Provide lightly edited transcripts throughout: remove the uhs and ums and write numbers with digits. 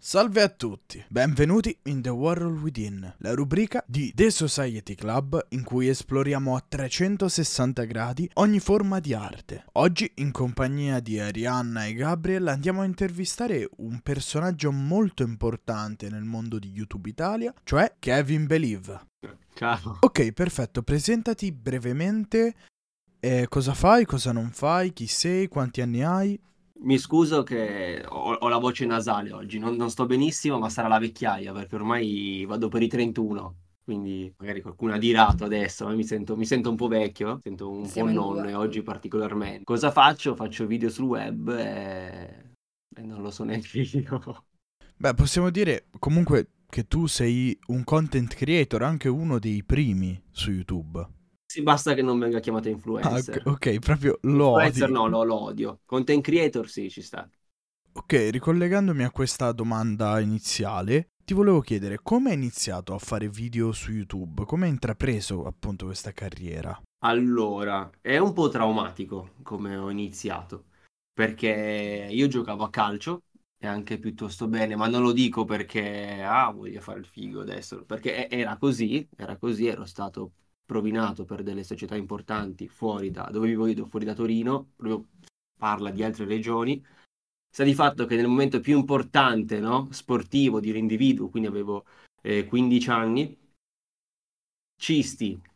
Salve a tutti, benvenuti in The World Within, la rubrica di The Society Club in cui esploriamo a 360 gradi ogni forma di arte. Oggi, in compagnia di Arianna e Gabriel, andiamo a intervistare un personaggio molto importante nel mondo di YouTube Italia, cioè Kevin Believe. Ciao. Ok, perfetto, presentati brevemente, cosa fai, cosa non fai, chi sei, quanti anni hai? Mi scuso che ho la voce nasale oggi, non sto benissimo, ma sarà la vecchiaia, perché ormai vado per i 31, quindi magari qualcuno ha dirato adesso, ma mi sento un po' vecchio, sento un po' Siamo in nonno due. e oggi particolarmente. Cosa faccio? Faccio video sul web e non lo so neanche io. Beh, possiamo dire comunque che tu sei un content creator, anche uno dei primi su YouTube. Sì, basta che non venga chiamato Ah, influencer. ok, proprio lo Influencer odi. no, lo odio. Content creator sì, ci sta. Ok, ricollegandomi a questa domanda iniziale, ti volevo chiedere come hai iniziato a fare video su YouTube? Come hai intrapreso appunto questa carriera? Allora, è un po' traumatico come ho iniziato, perché io giocavo a calcio e anche piuttosto bene, ma non lo dico perché, voglio fare il figo adesso, perché era così, ero stato provinato per delle società importanti fuori da dove vivo io, fuori da Torino, proprio parla di altre regioni. Sta di fatto che nel momento più importante, no, sportivo di un individuo, quindi avevo 15 anni, cisti,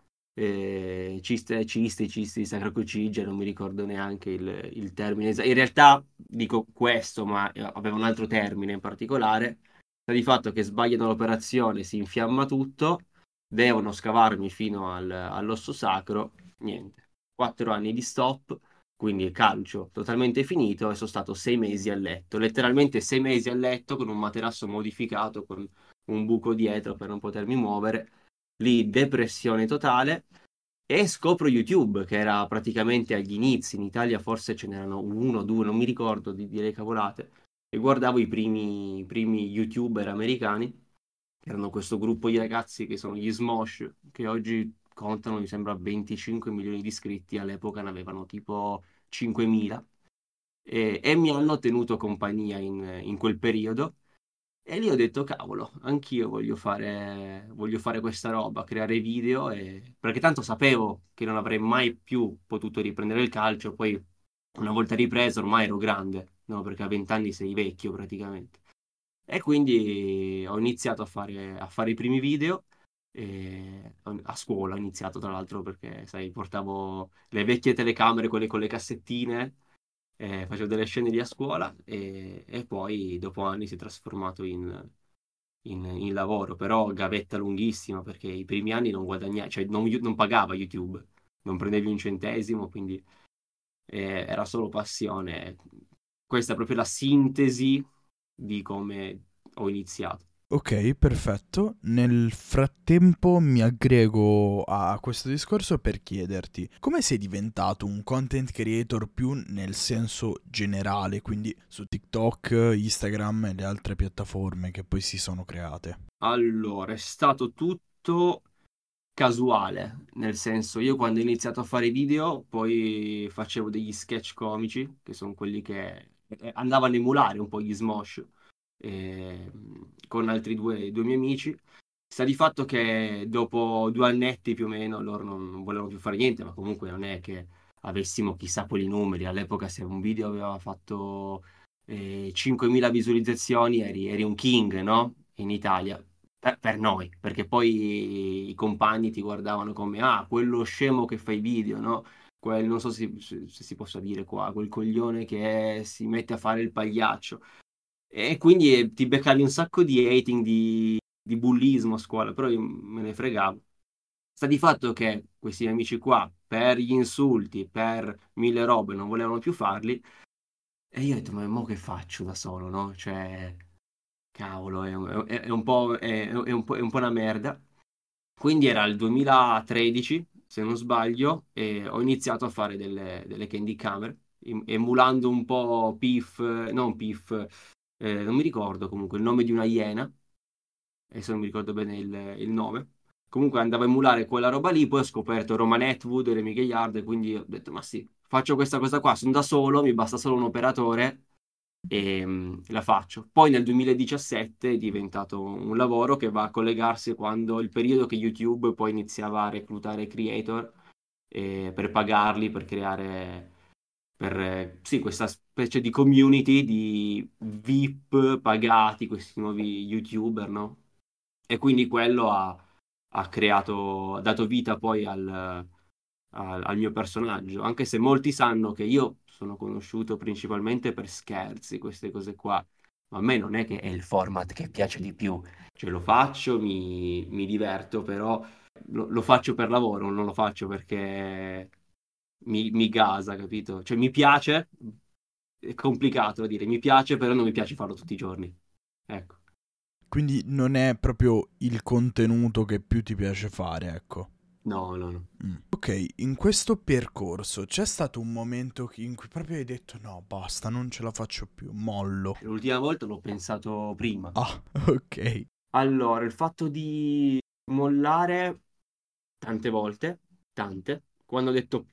cisti, sacrococcigia, non mi ricordo neanche il termine esatto. In realtà dico questo, ma aveva un altro termine in particolare. Sta di fatto che sbagliano l'operazione, si infiamma tutto, devono scavarmi fino all'osso sacro, niente. 4 anni di stop, quindi calcio totalmente finito e sono stato 6 mesi a letto, letteralmente 6 mesi a letto con un materasso modificato, con un buco dietro per non potermi muovere, lì depressione totale e scopro YouTube che era praticamente agli inizi, in Italia forse ce n'erano uno, due, non mi ricordo di dire cavolate, e guardavo i primi YouTuber americani, che erano questo gruppo di ragazzi che sono gli Smosh, che oggi contano, mi sembra, 25 milioni di iscritti, all'epoca ne avevano tipo 5.000, e mi hanno tenuto compagnia in quel periodo. E lì ho detto, cavolo, anch'io voglio fare questa roba, creare video, perché tanto sapevo che non avrei mai più potuto riprendere il calcio, poi una volta ripreso ormai ero grande, no? Perché a 20 anni sei vecchio praticamente. E quindi ho iniziato a fare i primi video, a scuola ho iniziato tra l'altro perché, sai, portavo le vecchie telecamere, quelle con le cassettine, facevo delle scene lì a scuola e poi dopo anni si è trasformato in lavoro, però gavetta lunghissima perché i primi anni non guadagnava, cioè non pagava YouTube, non prendevi un centesimo, quindi era solo passione. Questa è proprio la sintesi di come ho iniziato. Ok, perfetto. Nel frattempo mi aggrego a questo discorso per chiederti come sei diventato un content creator più nel senso generale, quindi su TikTok, Instagram e le altre piattaforme che poi si sono create. Allora, è stato tutto casuale, nel senso, io quando ho iniziato a fare i video, poi facevo degli sketch comici, che sono quelli che andavano a emulare un po' gli Smosh, con altri due miei amici. Sta di fatto che dopo 2 annetti più o meno loro non volevano più fare niente, ma comunque non è che avessimo chissà quali numeri. All'epoca se un video aveva fatto 5.000 visualizzazioni eri un king, no? In Italia. Per noi, perché poi i compagni ti guardavano come, quello scemo che fa i video, no? Non so se si possa dire qua, quel coglione che si mette a fare il pagliaccio. E quindi ti beccavi un sacco di hating, di bullismo a scuola, però io me ne fregavo. Sta di fatto che questi amici qua, per gli insulti, per mille robe, non volevano più farli. E io ho detto, ma mo che faccio da solo, no? Cioè, cavolo, è un po', è un po' una merda. Quindi era il 2013, se non sbaglio, e ho iniziato a fare delle candy camere, emulando un po' Piff, non Piff, non mi ricordo comunque il nome di una iena, adesso non mi ricordo bene il nome. Comunque andavo a emulare quella roba lì, poi ho scoperto Roman Atwood e Remy Gayard, e quindi ho detto, ma sì, faccio questa cosa qua, sono da solo, mi basta solo un operatore, e la faccio. Poi nel 2017 è diventato un lavoro che va a collegarsi quando il periodo che YouTube poi iniziava a reclutare creator per pagarli, per creare sì, questa specie di community di VIP pagati, questi nuovi YouTuber, no? E quindi quello ha dato vita poi al mio personaggio, anche se molti sanno che io sono conosciuto principalmente per scherzi, queste cose qua, ma a me non è che è il format che piace di più, cioè lo faccio, mi diverto, però lo faccio per lavoro, non lo faccio perché mi gasa, capito? Cioè mi piace, è complicato da dire, mi piace, però non mi piace farlo tutti i giorni, ecco. Quindi non è proprio il contenuto che più ti piace fare, ecco. No, no, no. Ok, in questo percorso c'è stato un momento in cui proprio hai detto no, basta, non ce la faccio più, mollo. L'ultima volta l'ho pensato prima. Ah, ok. Allora, il fatto di mollare tante volte, tante, quando ho detto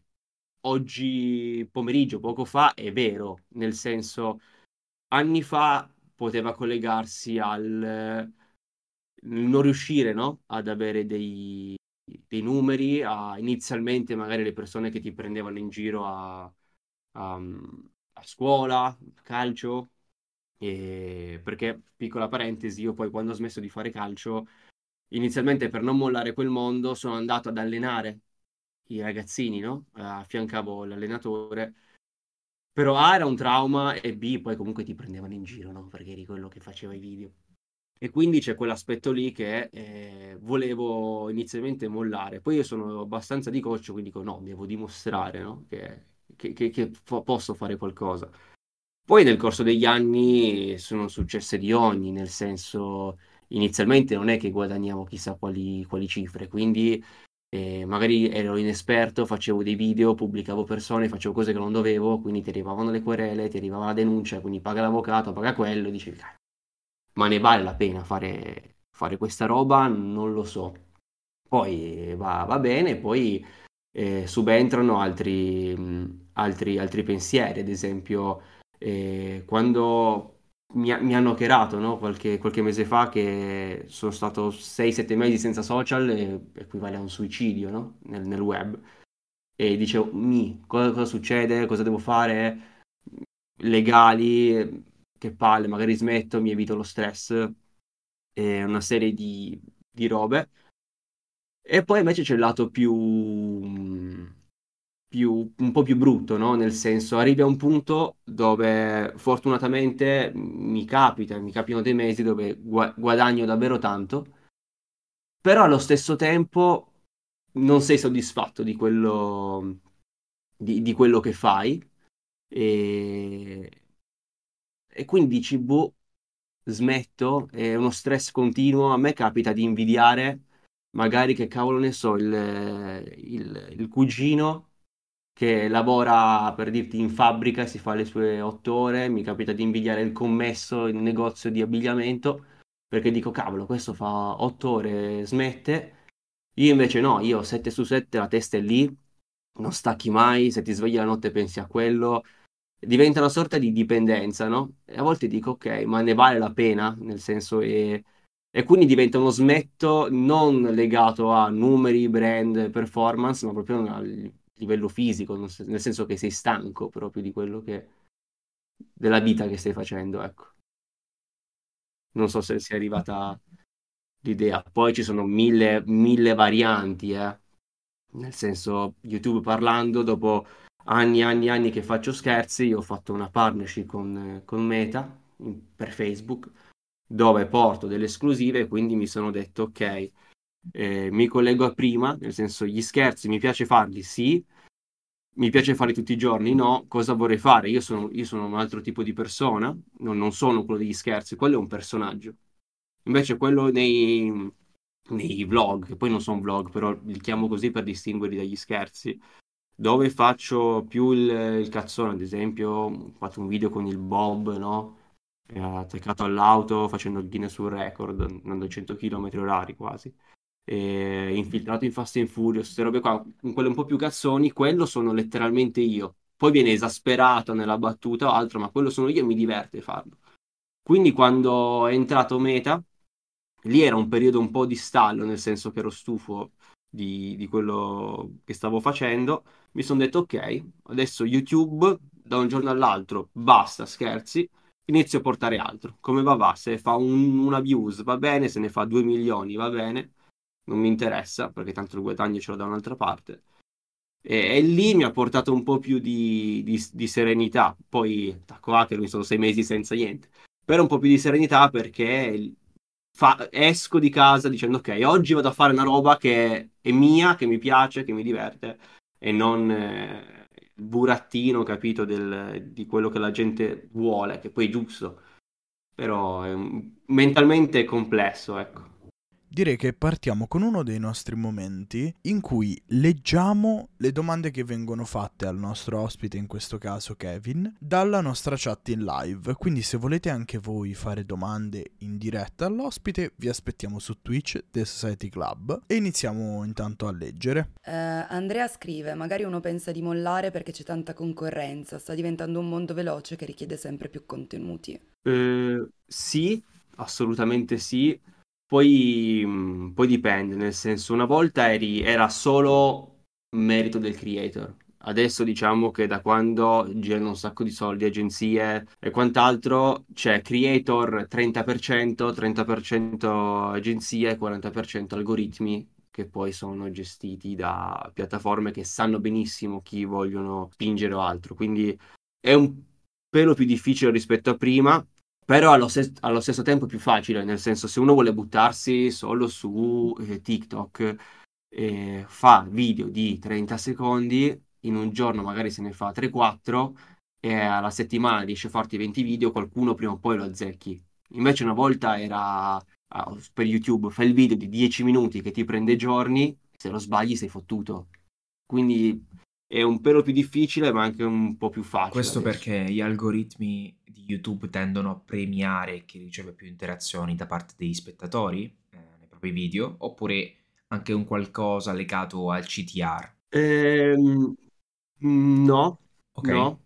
oggi pomeriggio, poco fa, è vero, nel senso, anni fa poteva collegarsi al non riuscire, no? Ad avere dei numeri, inizialmente magari le persone che ti prendevano in giro a, a scuola, calcio, perché, piccola parentesi, io poi quando ho smesso di fare calcio, inizialmente per non mollare quel mondo sono andato ad allenare i ragazzini, no? Affiancavo l'allenatore. Però A era un trauma e B poi comunque ti prendevano in giro, no? Perché eri quello che faceva i video. E quindi c'è quell'aspetto lì che volevo inizialmente mollare. Poi io sono abbastanza di coccio, quindi dico no, devo dimostrare, no? Che posso fare qualcosa. Poi nel corso degli anni sono successe di ogni, nel senso inizialmente non è che guadagniamo chissà quali cifre, quindi magari ero inesperto, facevo dei video, pubblicavo persone, facevo cose che non dovevo, quindi ti arrivavano le querele, ti arrivava la denuncia, quindi paga l'avvocato, paga quello, e dicevi, "Cazzo, ma ne vale la pena fare questa roba? Non lo so. Poi va bene, poi subentrano altri pensieri, ad esempio quando mi hanno hackerato, no? Qualche mese fa che sono stato 6-7 mesi senza social, equivale a un suicidio, no? Nel web. E dicevo, cosa succede? Cosa devo fare? Legali, che palle, magari smetto, mi evito lo stress, e una serie di robe. E poi invece c'è il lato un po' più brutto, no? Nel senso, arrivi a un punto dove fortunatamente mi capitano dei mesi dove guadagno davvero tanto, però allo stesso tempo non sei soddisfatto di quello che fai e, e quindi dici, boh, smetto, è uno stress continuo. A me capita di invidiare, magari che cavolo ne so, il cugino che lavora per dirti in fabbrica, si fa le sue 8 ore. Mi capita di invidiare il commesso in un negozio di abbigliamento perché dico, cavolo, questo fa 8 ore, smette. Io invece no, io 7 su 7 la testa è lì, non stacchi mai, se ti svegli la notte pensi a quello, diventa una sorta di dipendenza, no? E a volte dico, ok, ma ne vale la pena? Nel senso, e quindi diventa uno smetto non legato a numeri, brand, performance, ma proprio a livello fisico, nel senso che sei stanco proprio della vita che stai facendo, ecco. Non so se sia arrivata l'idea. Poi ci sono mille varianti, eh. Nel senso, YouTube parlando, dopo anni e anni e anni che faccio scherzi, io ho fatto una partnership con Meta per Facebook, dove porto delle esclusive, quindi mi sono detto, ok, mi collego a prima, nel senso, gli scherzi mi piace farli, sì, mi piace farli tutti i giorni, no, cosa vorrei fare? Io sono un altro tipo di persona, non sono quello degli scherzi, quello è un personaggio. Invece quello nei vlog, che poi non sono vlog, però li chiamo così per distinguerli dagli scherzi, dove faccio più il cazzone, ad esempio, ho fatto un video con il Bob, no? Attaccato all'auto facendo il Guinness World Record, andando a 100 km orari quasi. Infiltrato in Fast and Furious, queste robe qua, quelle un po' più cazzoni, quello sono letteralmente io. poi viene esasperato nella battuta o altro, ma quello sono io e mi diverte farlo. Quindi quando è entrato Meta, lì era un periodo un po' di stallo, nel senso che ero stufo di quello che stavo facendo. Mi sono detto, ok, adesso YouTube da un giorno all'altro, basta, scherzi, inizio a portare altro. Come va? Se fa una views va bene, se ne fa 2 milioni va bene, non mi interessa perché tanto il guadagno ce l'ho da un'altra parte. E lì mi ha portato un po' più di serenità. Poi, tacco hacker, mi sono 6 mesi senza niente. Però un po' più di serenità perché esco di casa dicendo ok, oggi vado a fare una roba che è mia, che mi piace, che mi diverte e non il burattino, capito, di quello che la gente vuole, che poi è giusto, però mentalmente è complesso, ecco. Direi che partiamo con uno dei nostri momenti in cui leggiamo le domande che vengono fatte al nostro ospite, in questo caso Kevin, dalla nostra chat in live. Quindi se volete anche voi fare domande in diretta all'ospite, vi aspettiamo su Twitch, The Society Club, e iniziamo intanto a leggere. Andrea scrive, magari uno pensa di mollare perché c'è tanta concorrenza, sta diventando un mondo veloce che richiede sempre più contenuti. Sì, assolutamente sì. Poi dipende, nel senso, una volta era solo merito del creator. Adesso diciamo che da quando girano un sacco di soldi, agenzie e quant'altro, c'è creator 30%, 30% agenzie e 40% algoritmi che poi sono gestiti da piattaforme che sanno benissimo chi vogliono spingere o altro. Quindi è un pelo più difficile rispetto a prima, però allo stesso tempo è più facile, nel senso se uno vuole buttarsi solo su TikTok, fa video di 30 secondi, in un giorno magari se ne fa 3-4 e alla settimana riesce a farti 20 video, qualcuno prima o poi lo azzecchi. Invece una volta era per YouTube, fai il video di 10 minuti che ti prende giorni, se lo sbagli sei fottuto. Quindi è un pelo più difficile, ma anche un po' più facile Questo adesso. perché gli algoritmi di YouTube tendono a premiare chi riceve più interazioni da parte degli spettatori nei propri video, oppure anche un qualcosa legato al CTR. Ehm, no, Ok, no.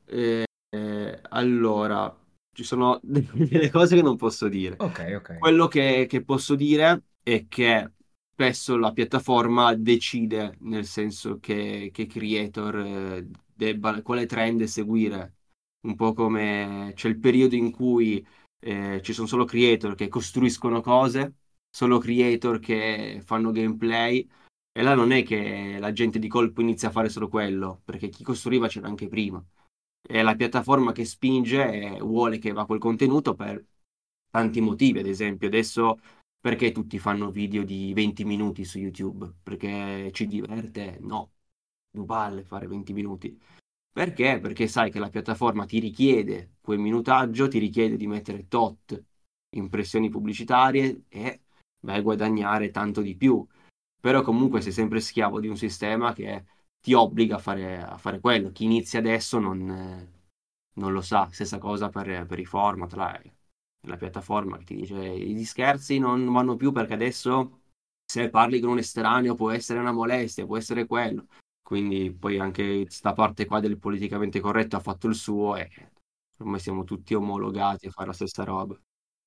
Allora, ci sono delle cose che non posso dire. ok, ok. Quello che posso dire è che spesso la piattaforma decide, nel senso che creator debba, quale trend seguire. Un po' come c'è il periodo in cui ci sono solo creator che costruiscono cose, solo creator che fanno gameplay. E là non è che la gente di colpo inizia a fare solo quello, perché chi costruiva c'era anche prima. È la piattaforma che spinge e vuole che va quel contenuto per tanti motivi. Ad esempio, adesso perché tutti fanno video di 20 minuti su YouTube? Perché ci diverte? No, non vale fare 20 minuti. Perché? Perché sai che la piattaforma ti richiede quel minutaggio, ti richiede di mettere tot impressioni pubblicitarie e vai a guadagnare tanto di più. Però comunque sei sempre schiavo di un sistema che ti obbliga a fare quello. Chi inizia adesso non lo sa. Stessa cosa per i format, la piattaforma che ti dice gli scherzi non vanno più perché adesso se parli con un estraneo può essere una molestia, può essere quello. Quindi poi anche sta parte qua del politicamente corretto ha fatto il suo e ormai siamo tutti omologati a fare la stessa roba.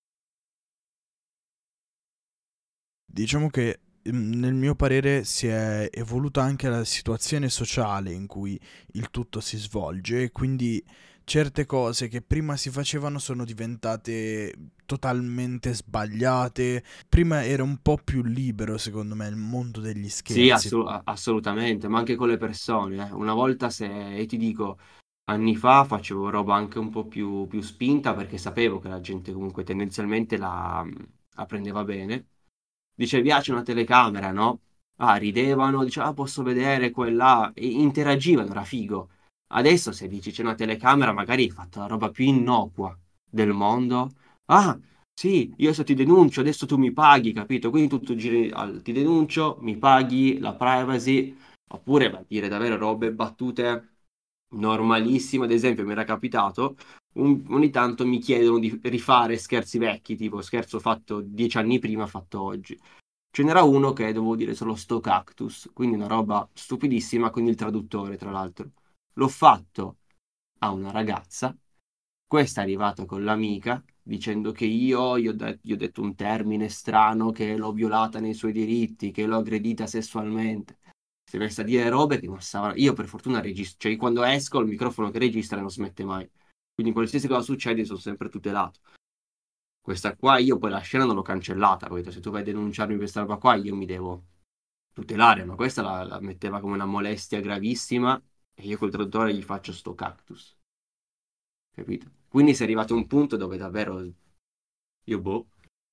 Diciamo che nel mio parere si è evoluta anche la situazione sociale in cui il tutto si svolge e quindi certe cose che prima si facevano sono diventate totalmente sbagliate. Prima era un po' più libero, secondo me, il mondo degli Sì, scherzi. assolutamente, ma anche con le persone. Una volta se, e ti dico, anni fa facevo roba anche un po' più spinta perché sapevo che la gente comunque tendenzialmente la prendeva bene. Dicevi, ah, c'è una telecamera, no? Ah, ridevano, diceva, ah, posso vedere quella, e interagivano, era figo. Adesso se dici c'è una telecamera, magari hai fatto la roba più innocua del mondo. Ah, sì, io adesso ti denuncio, adesso tu mi paghi, capito? Quindi tu giri, ti denuncio, mi paghi la privacy, oppure va a dire davvero robe, battute normalissime. Ad esempio, mi era capitato, ogni tanto mi chiedono di rifare scherzi vecchi, tipo scherzo fatto 10 anni prima, fatto oggi. Ce n'era uno che dovevo dire solo sto cactus, quindi una roba stupidissima con il traduttore, tra l'altro. L'ho fatto a una ragazza. Questa è arrivata con l'amica dicendo che gli ho detto un termine strano, che l'ho violata nei suoi diritti, che l'ho aggredita sessualmente. Si è messa a dire robe che non stava. Io per fortuna registro, cioè quando esco il microfono che registra non smette mai. Quindi qualsiasi cosa succede sono sempre tutelato. Questa qua io poi la scena non l'ho cancellata. Ho detto se tu vai a denunciarmi per questa roba qua io mi devo tutelare, ma questa la metteva come una molestia gravissima e io col traduttore gli faccio sto cactus, capito? Quindi si è arrivato a un punto dove davvero io boh,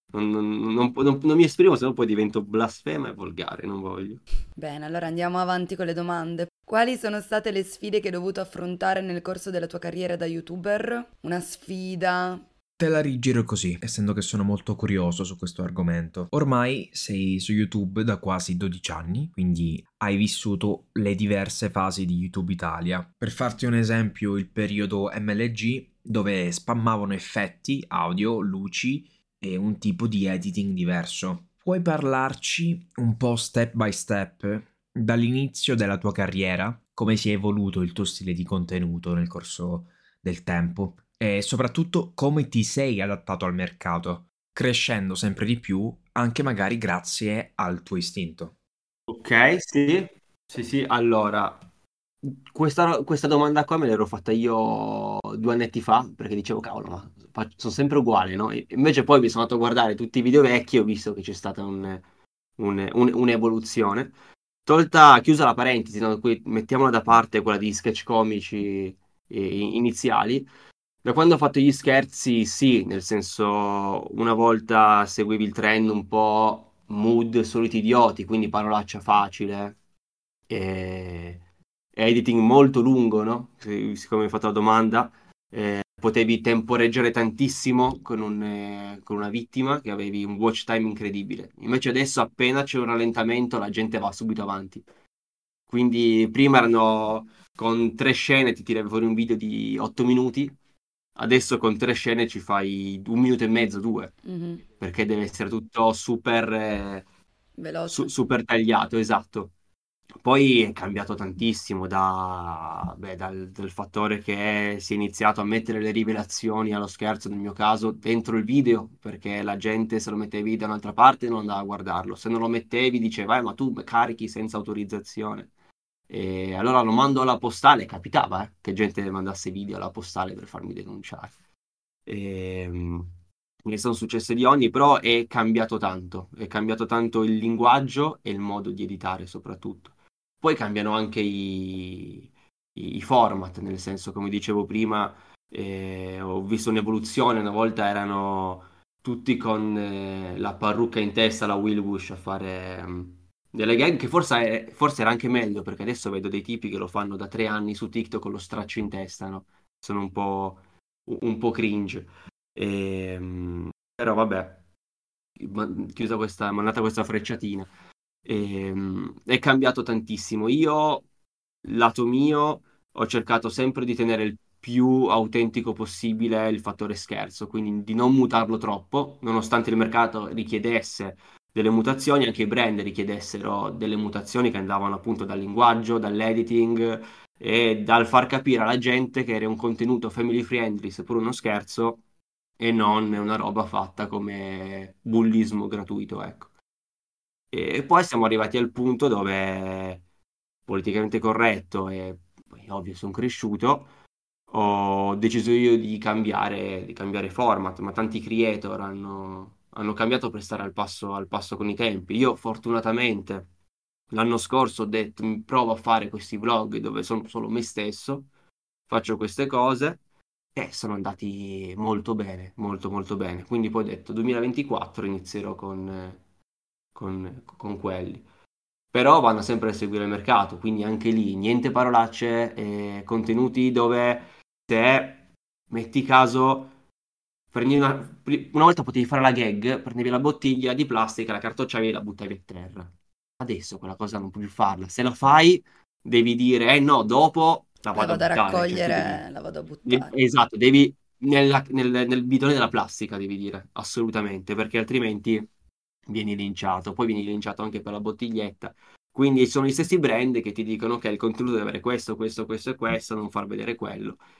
non mi esprimo, se no poi divento blasfema e volgare, non voglio. Bene, allora andiamo avanti con le domande. Quali sono state le sfide che hai dovuto affrontare nel corso della tua carriera da YouTuber? Una sfida? Te la rigiro così, essendo che sono molto curioso su questo argomento. Ormai sei su YouTube da quasi 12 anni, quindi hai vissuto le diverse fasi di YouTube Italia. Per farti un esempio, il periodo MLG, dove spammavano effetti, audio, luci e un tipo di editing diverso. Puoi parlarci un po' step by step dall'inizio della tua carriera, come si è evoluto il tuo stile di contenuto nel corso del tempo? E soprattutto come ti sei adattato al mercato, crescendo sempre di più, anche magari grazie al tuo istinto. Ok, sì, sì, sì, allora, questa domanda qua me l'ero fatta io 2 anni fa, perché dicevo, cavolo, ma sono sempre uguali, no? E invece poi mi sono andato a guardare tutti i video vecchi e ho visto che c'è stata un'evoluzione. Chiusa la parentesi, no? Qui mettiamola da parte quella di sketch comici iniziali. Da quando ho fatto gli scherzi, sì, nel senso, una volta seguivi il trend un po' mood soliti idioti, quindi parolaccia facile e editing molto lungo, no? Siccome mi hai fatto la domanda, potevi temporeggiare tantissimo con una vittima che avevi un watch time incredibile. Invece adesso appena c'è un rallentamento la gente va subito avanti. Quindi prima erano con 3 scene ti tiravi fuori un video di 8 minuti, adesso con 3 scene ci fai 1 minuto e mezzo, 2, Mhm. perché deve essere tutto super, Veloce. super tagliato, esatto. Poi è cambiato tantissimo dal fattore che si è iniziato a mettere le rivelazioni allo scherzo, nel mio caso, dentro il video, perché la gente se lo mettevi da un'altra parte non andava a guardarlo. Se non lo mettevi diceva, ma tu carichi senza autorizzazione. E allora lo mando alla postale, capitava, che gente mandasse video alla postale per farmi denunciare. E, ne sono successe di ogni, però è cambiato tanto il linguaggio e il modo di editare soprattutto. Poi cambiano anche i format, nel senso, come dicevo prima, ho visto un'evoluzione, una volta erano tutti con la parrucca in testa, la Will Bush a fare delle gag, che forse era anche meglio, perché adesso vedo dei tipi che lo fanno da 3 anni su TikTok con lo straccio in testa, no? Sono un po' cringe. Però vabbè, chiusa mandata questa frecciatina. È cambiato tantissimo. Io, lato mio, ho cercato sempre di tenere il più autentico possibile il fattore scherzo, quindi di non mutarlo troppo, nonostante il mercato richiedesse delle mutazioni, anche i brand richiedessero delle mutazioni che andavano appunto dal linguaggio, dall'editing e dal far capire alla gente che era un contenuto family friendly, seppur uno scherzo, e non una roba fatta come bullismo gratuito, ecco. E poi siamo arrivati al punto dove, politicamente corretto e poi ovvio sono cresciuto, ho deciso io di cambiare format, ma tanti creator hanno cambiato per stare al passo con i tempi. Io fortunatamente l'anno scorso ho detto mi provo a fare questi vlog dove sono solo me stesso, faccio queste cose e sono andati molto bene, molto molto bene. Quindi poi ho detto 2024 inizierò con quelli. Però vanno sempre a seguire il mercato, quindi anche lì niente parolacce, contenuti dove se metti caso, una volta potevi fare la gag, prendevi la bottiglia di plastica, la cartocciavi e la buttavi a terra. Adesso quella cosa non puoi più farla. Se la fai, devi dire, no, dopo la La vado a vado a buttare. Cioè, tu devi, raccogliere, la vado a buttare. esatto, devi nel bidone della plastica, devi dire, assolutamente, perché altrimenti vieni linciato. Poi vieni linciato anche per la bottiglietta. Quindi sono gli stessi brand che ti dicono che il contenuto deve avere questo, questo, questo e questo, non far vedere quello.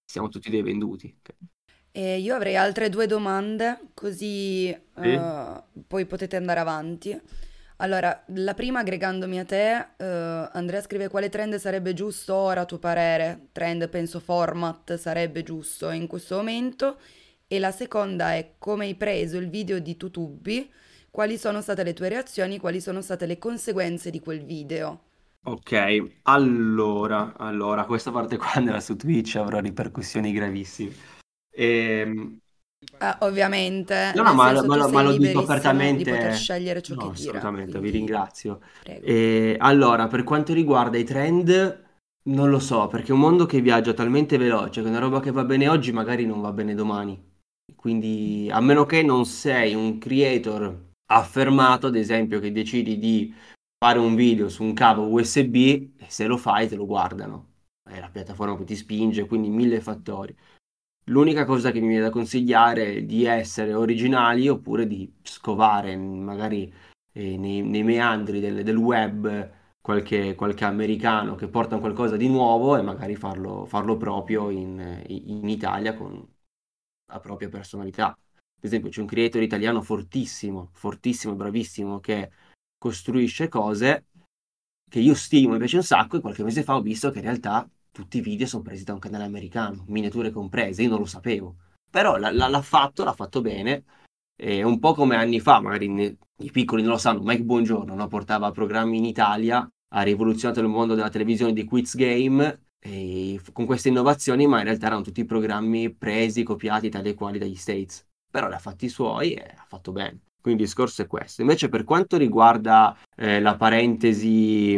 siamo tutti dei venduti. E io avrei altre due domande, così Sì? poi potete andare avanti. Allora, la prima aggregandomi a te, Andrea scrive quale trend sarebbe giusto ora a tuo parere? Trend, penso format sarebbe giusto in questo momento. E la seconda è come hai preso il video di Tutubi, quali sono state le tue reazioni, quali sono state le conseguenze di quel video? Ok, allora, questa parte qua andrà su Twitch avrà ripercussioni gravissime. Ehm, Ah, ovviamente, No, no, nel senso tu ma sei lo dico liberissimo di poter apertamente. scegliere ciò No, che dire, assolutamente, vi quindi ringrazio. prego. Allora, per quanto riguarda i trend, non lo so, perché è un mondo che viaggia talmente veloce che una roba che va bene oggi magari non va bene domani. Quindi, a meno che non sei un creator affermato, ad esempio, che decidi di fare un video su un cavo USB, e se lo fai te lo guardano. È la piattaforma che ti spinge, quindi mille fattori. L'unica cosa che mi viene da consigliare è di essere originali oppure di scovare magari nei meandri del web qualche americano che porta qualcosa di nuovo e magari farlo proprio in Italia con la propria personalità. Ad esempio, c'è un creator italiano fortissimo, fortissimo, bravissimo, che costruisce cose che io stimo, mi piace un sacco, e qualche mese fa ho visto che in realtà tutti i video sono presi da un canale americano, miniature comprese, io non lo sapevo. Però l'ha fatto bene, è un po' come anni fa, magari i piccoli non lo sanno, Mike Buongiorno, no? Portava programmi in Italia, ha rivoluzionato il mondo della televisione di Quiz Game, e con queste innovazioni, ma in realtà erano tutti programmi presi, copiati tali e quali dagli States. Però li ha fatti suoi e ha fatto bene. Quindi il discorso è questo. Invece per quanto riguarda la parentesi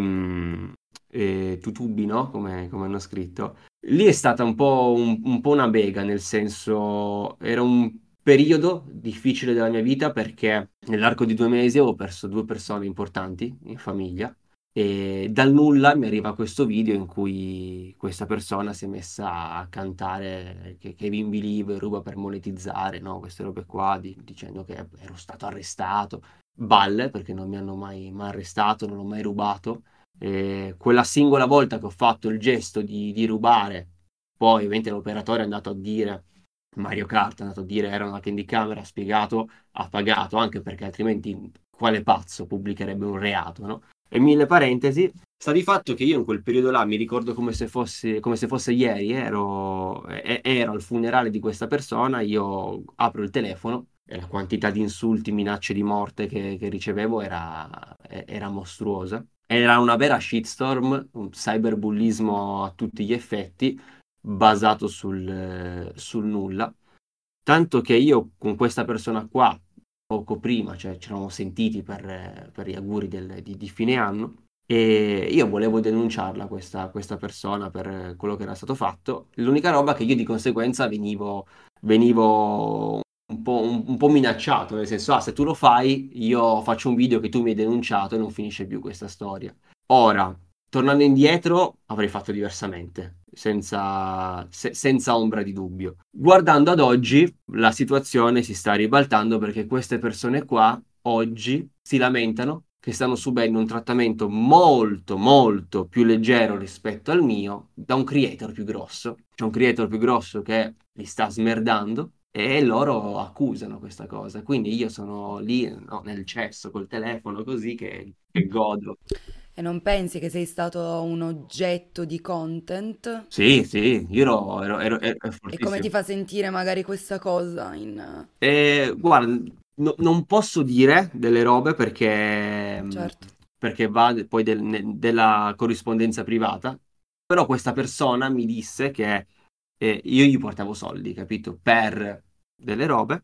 tutubi, no? Come hanno scritto, lì è stata un po' una bega, nel senso era un periodo difficile della mia vita perché nell'arco di 2 mesi avevo perso due persone importanti in famiglia e dal nulla mi arriva questo video in cui questa persona si è messa a cantare che Kevin Believe ruba per monetizzare, no? Queste robe qua, dicendo che ero stato arrestato. Balle, perché non mi hanno mai arrestato, non ho mai rubato. E quella singola volta che ho fatto il gesto di rubare, poi ovviamente l'operatore è andato a dire, Mario Kart è andato a dire era una candy camera, ha spiegato, ha pagato, anche perché altrimenti quale pazzo pubblicherebbe un reato, no? E mille parentesi, sta di fatto che io in quel periodo là mi ricordo come se fosse ieri, ero al funerale di questa persona, io apro il telefono e la quantità di insulti, minacce di morte che ricevevo era mostruosa. Era una vera shitstorm, un cyberbullismo a tutti gli effetti, basato sul nulla. Tanto che io con questa persona qua, poco prima, cioè ci eravamo sentiti per gli auguri di fine anno, e io volevo denunciarla, questa persona, per quello che era stato fatto. L'unica roba che io di conseguenza venivo un po' minacciato, nel senso, se tu lo fai, io faccio un video che tu mi hai denunciato e non finisce più questa storia. Ora, tornando indietro, avrei fatto diversamente, senza ombra di dubbio. Guardando ad oggi, la situazione si sta ribaltando perché queste persone qua, oggi, si lamentano che stanno subendo un trattamento molto, molto più leggero rispetto al mio da un creator più grosso. C'è un creator più grosso che li sta smerdando e loro accusano questa cosa. Quindi io sono lì, no, nel cesso col telefono così che godo. E non pensi che sei stato un oggetto di content? Sì, sì, io ero E come ti fortissimo. fa sentire magari questa cosa E, guarda, non posso dire delle robe Certo. perché va poi della corrispondenza privata, però questa persona mi disse che io gli portavo soldi, capito, per delle robe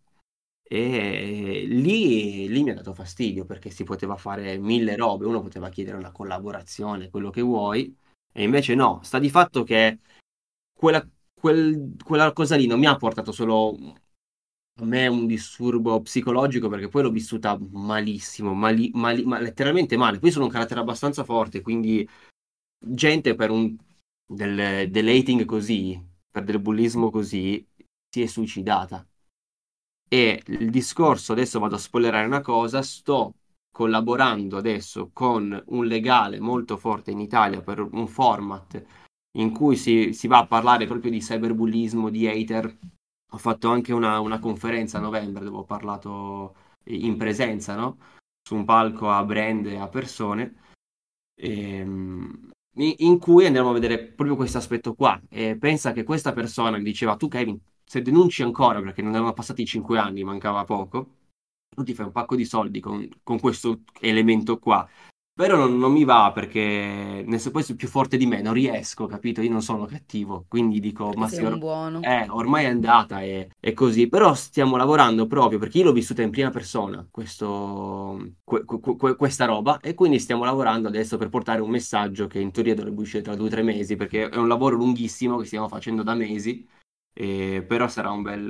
e lì mi ha dato fastidio perché si poteva fare mille robe, uno poteva chiedere una collaborazione, quello che vuoi, e invece no, sta di fatto che quella, quella cosa lì non mi ha portato solo a me un disturbo psicologico perché poi l'ho vissuta malissimo, ma letteralmente male. Poi sono un carattere abbastanza forte, quindi gente dell'hating così, per del bullismo così, si è suicidata. E il discorso, adesso vado a spoilerare una cosa, sto collaborando adesso con un legale molto forte in Italia per un format in cui si va a parlare proprio di cyberbullismo, di hater. Ho fatto anche una conferenza a novembre dove ho parlato in presenza, no? Su un palco a brand e a persone, in cui andiamo a vedere proprio questo aspetto qua. E pensa che questa persona mi diceva: tu Kevin, se denunci ancora, perché non erano passati 5 anni, mancava poco, tu ti fai un pacco di soldi con questo elemento qua. Però non mi va perché poi sei più forte di me, non riesco, capito? Io non sono cattivo, quindi dico, Perché ma sei sì, un buono. ormai è andata e così. Però stiamo lavorando proprio, perché io l'ho vissuta in prima persona, questa roba, e quindi stiamo lavorando adesso per portare un messaggio che in teoria dovrebbe uscire tra 2 o 3 mesi, perché è un lavoro lunghissimo che stiamo facendo da mesi, però sarà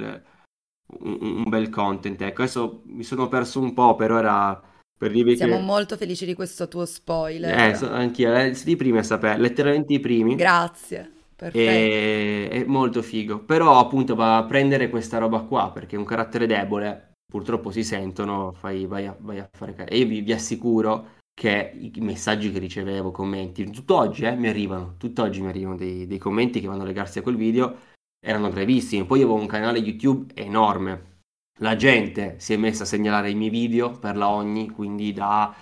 un bel content. Ecco, adesso mi sono perso un po', però era per dirvi Siamo che molto felici di questo tuo spoiler. anch'io, siete i primi a sapere, letteralmente i primi, Grazie, perfetto. è molto figo. Però appunto va a prendere questa roba qua, perché è un carattere debole, purtroppo si sentono, vai a fare. E io vi assicuro che i messaggi che ricevevo, commenti, tutt'oggi tutt'oggi mi arrivano dei commenti che vanno a legarsi a quel video, erano gravissimi. Poi io avevo un canale YouTube enorme. La gente si è messa a segnalare i miei video per la ogni, quindi da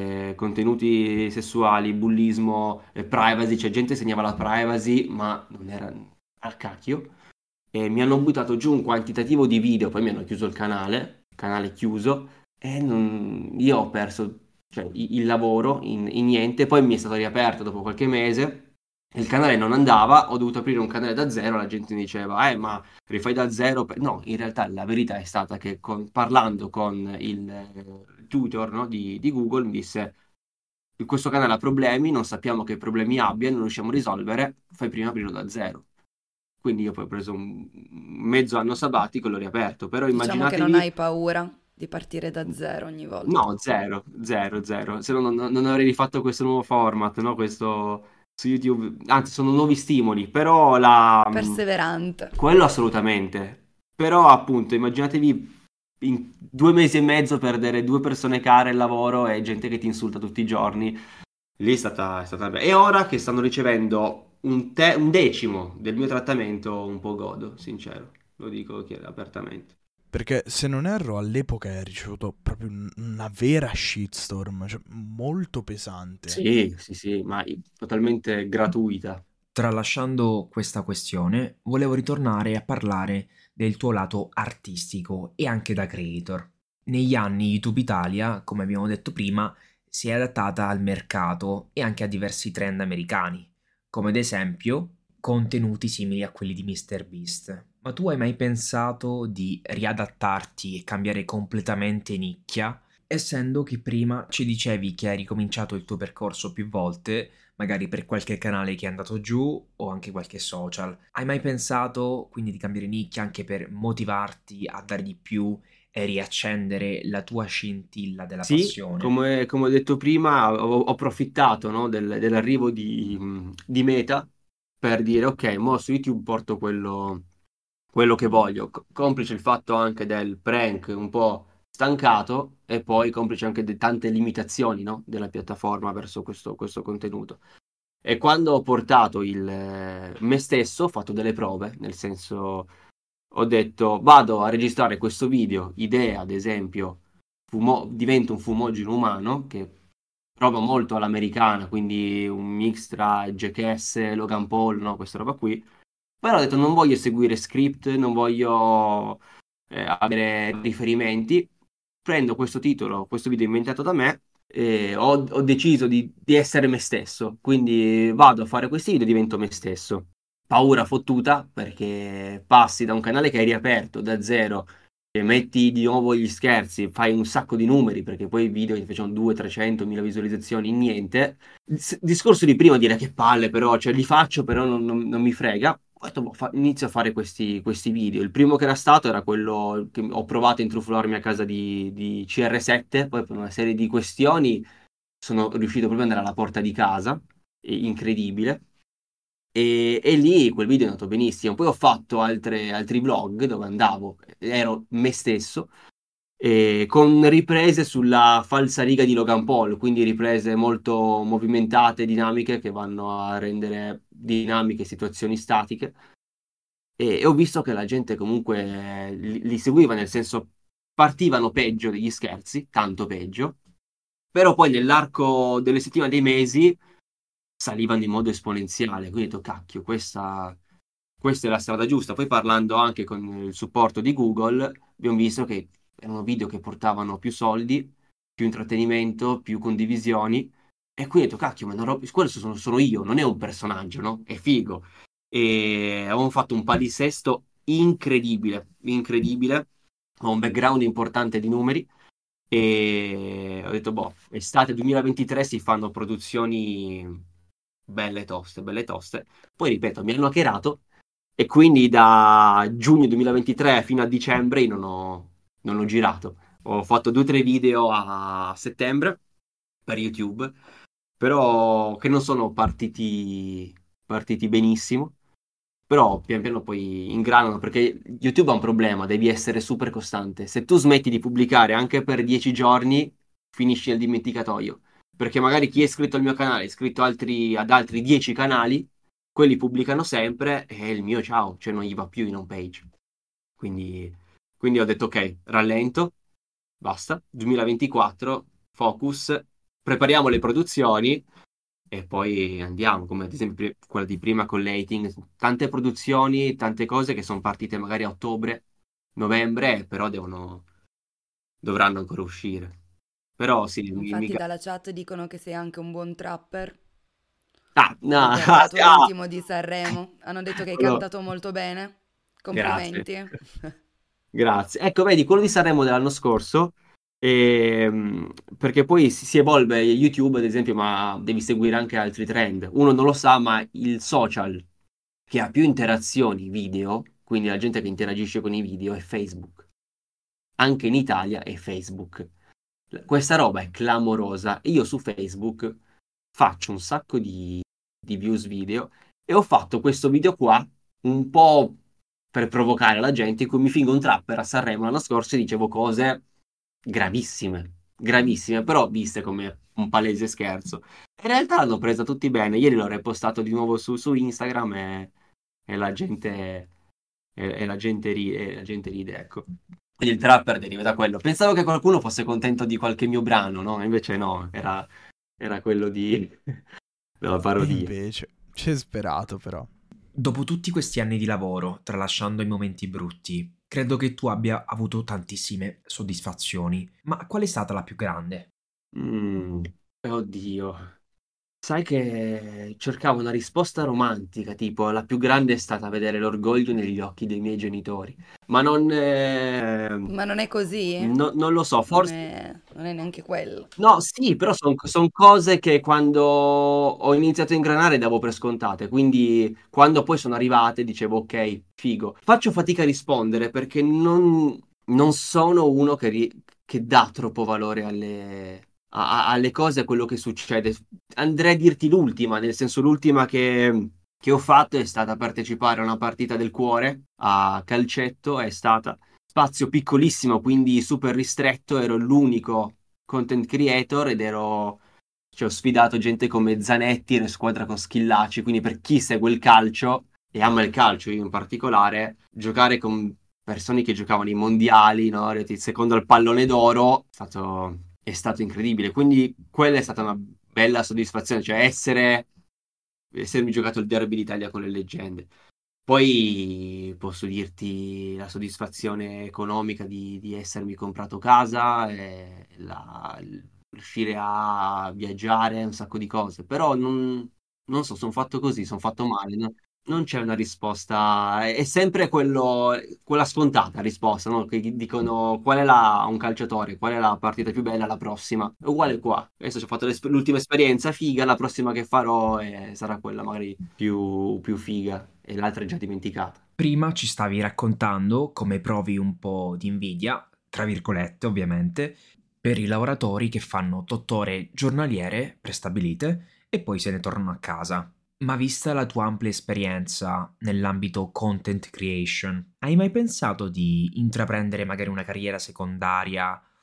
contenuti sessuali, bullismo, privacy, c'è gente che segnava la privacy, ma non era al cacchio. E mi hanno buttato giù un quantitativo di video, poi mi hanno chiuso il canale chiuso, e io ho perso, cioè, il lavoro in niente. Poi mi è stato riaperto dopo qualche mese. Il canale non andava, ho dovuto aprire un canale da zero, la gente mi diceva, ma rifai da zero? No, in realtà la verità è stata che parlando con il tutor, no, di Google, mi disse: questo canale ha problemi, non sappiamo che problemi abbia, non riusciamo a risolvere, fai prima aprirlo da zero. Quindi io poi ho preso un mezzo anno sabbatico e l'ho riaperto, però Diciamo che non immaginatevi. hai paura di partire da zero ogni volta. No, zero, zero, zero. Se no non avrei rifatto questo nuovo format, no? Questo su YouTube. Anzi, sono nuovi stimoli, però Perseverante. quello assolutamente. Però appunto, immaginatevi in 2 mesi e mezzo perdere 2 persone care al lavoro e gente che ti insulta tutti i giorni. Lì è stata. E ora che stanno ricevendo un decimo del mio trattamento, un po' godo, sincero. Lo dico apertamente. Perché se non erro all'epoca hai ricevuto proprio una vera shitstorm, cioè molto pesante. Sì, sì, sì, ma totalmente gratuita. Tralasciando questa questione, volevo ritornare a parlare del tuo lato artistico e anche da creator. Negli anni YouTube Italia, come abbiamo detto prima, si è adattata al mercato e anche a diversi trend americani, come ad esempio contenuti simili a quelli di MrBeast. Ma tu hai mai pensato di riadattarti e cambiare completamente nicchia? Essendo che prima ci dicevi che hai ricominciato il tuo percorso più volte, magari per qualche canale che è andato giù o anche qualche social. Hai mai pensato quindi di cambiare nicchia anche per motivarti a dare di più e riaccendere la tua scintilla della Sì, passione? come ho detto prima, ho approfittato, no, dell'arrivo di Meta per dire: ok, mo su YouTube porto quello che voglio, complice il fatto anche del prank un po' stancato, e poi complice anche di tante limitazioni, no, della piattaforma verso questo contenuto. E quando ho portato me stesso, ho fatto delle prove, nel senso, ho detto: vado a registrare questo video, idea, ad esempio, divento un fumogeno umano, che roba molto all'americana, quindi un mix tra Jackass, Logan Paul, no, questa roba qui. Però ho detto: non voglio seguire script, non voglio avere riferimenti. Prendo questo titolo, questo video inventato da me, e ho deciso di essere me stesso. Quindi vado a fare questi video e divento me stesso. Paura fottuta, perché passi da un canale che hai riaperto da zero e metti di nuovo gli scherzi, fai un sacco di numeri, perché poi i video che facevano 200, 300, 1000 visualizzazioni in niente. Discorso di prima, dire che palle, però, cioè li faccio, però non mi frega. Ho detto: boh, inizio a fare questi video. Il primo che era stato era quello che ho provato a intrufolarmi a casa di CR7, poi per una serie di questioni sono riuscito proprio ad andare alla porta di casa, incredibile. E lì quel video è andato benissimo. Poi ho fatto altri vlog dove andavo, ero me stesso, con riprese sulla falsariga di Logan Paul, quindi riprese molto movimentate, dinamiche, che vanno a rendere dinamiche, situazioni statiche, e ho visto che la gente comunque li seguiva, nel senso partivano peggio degli scherzi, tanto peggio, però poi nell'arco delle settimane, dei mesi, salivano in modo esponenziale, quindi ho detto, cacchio, questa è la strada giusta. Poi parlando anche con il supporto di Google, abbiamo visto che erano video che portavano più soldi, più intrattenimento, più condivisioni, e quindi ho detto, cacchio, ma quello sono io, non è un personaggio, no? È figo. E avevamo fatto un palinsesto incredibile, incredibile, ho un background importante di numeri, e ho detto, boh, estate 2023 si fanno produzioni belle toste, belle toste. Poi ripeto, mi hanno hackerato e quindi da giugno 2023 fino a dicembre io non ho girato. Ho fatto 2 o 3 video a settembre per YouTube, però che non sono partiti benissimo. Però pian piano poi ingranano, perché YouTube ha un problema, devi essere super costante. Se tu smetti di pubblicare anche per 10 giorni, finisci nel dimenticatoio. Perché magari chi è iscritto al mio canale è iscritto ad altri 10 canali, quelli pubblicano sempre e il mio ciao, cioè non gli va più in home page. Quindi, quindi ho detto ok, rallento, basta, 2024, focus, prepariamo le produzioni e poi andiamo, come ad esempio quella di prima con l'Hating, tante produzioni, tante cose che sono partite magari a ottobre, novembre, però dovranno ancora uscire. Però sì, Infatti dalla chat dicono che sei anche un buon trapper. Ah, no, Ho guardato ah, l'ultimo di Sanremo, hanno detto che hai quello- cantato molto bene. Grazie. Complimenti. Grazie. Ecco, vedi, quello di Sanremo dell'anno scorso, perché poi si evolve YouTube, ad esempio, ma devi seguire anche altri trend. Uno non lo sa, ma il social che ha più interazioni video, quindi la gente che interagisce con i video, è Facebook. Anche in Italia è Facebook. Questa roba è clamorosa. Io su Facebook faccio un sacco di views video e ho fatto questo video qua un po' per provocare la gente, in cui mi fingo un trapper a Sanremo l'anno scorso e dicevo cose gravissime, gravissime, però viste come un palese scherzo. In realtà l'hanno presa tutti bene. Ieri l'ho repostato di nuovo su Instagram e la gente ride, ecco. Quindi il trapper deriva da quello. Pensavo che qualcuno fosse contento di qualche mio brano, no? Invece no, era quello della E parodia. invece, c'è sperato però. Dopo tutti questi anni di lavoro, tralasciando i momenti brutti, credo che tu abbia avuto tantissime soddisfazioni, ma qual è stata la più grande? Mm, oddio. Sai che cercavo una risposta romantica, tipo la più grande è stata vedere l'orgoglio negli occhi dei miei genitori, ma Ma non è così? non lo so, Non forse. non è neanche quello. No, sì, però sono cose che quando ho iniziato a ingranare davo per scontate, quindi quando poi sono arrivate dicevo ok, figo. Faccio fatica a rispondere perché non sono uno che dà troppo valore alle cose, a quello che succede. Andrei a dirti l'ultima, nel senso l'ultima che ho fatto è stata partecipare a una partita del cuore a calcetto, è stata spazio piccolissimo, quindi super ristretto, ero l'unico content creator cioè, ho sfidato gente come Zanetti in squadra con Schillaci, quindi per chi segue il calcio e ama il calcio, io in particolare, giocare con persone che giocavano i mondiali, no? Secondo il pallone d'oro, è stato incredibile. Quindi quella è stata una bella soddisfazione, cioè essermi giocato il derby d'Italia con le leggende. Poi posso dirti la soddisfazione economica di essermi comprato casa, e riuscire a viaggiare, un sacco di cose. Però non so, sono fatto così, sono fatto male. Non c'è una risposta, è sempre quella scontata risposta, no? Che dicono qual è un calciatore, qual è la partita più bella, la prossima. È uguale qua. Adesso ci ho fatto l'ultima esperienza figa, la prossima che farò sarà quella magari più figa e l'altra è già dimenticata. Prima ci stavi raccontando come provi un po' di invidia, tra virgolette ovviamente, per i lavoratori che fanno 8 ore giornaliere prestabilite e poi se ne tornano a casa. Ma vista la tua ampia esperienza nell'ambito content creation, hai mai pensato di intraprendere magari una carriera secondaria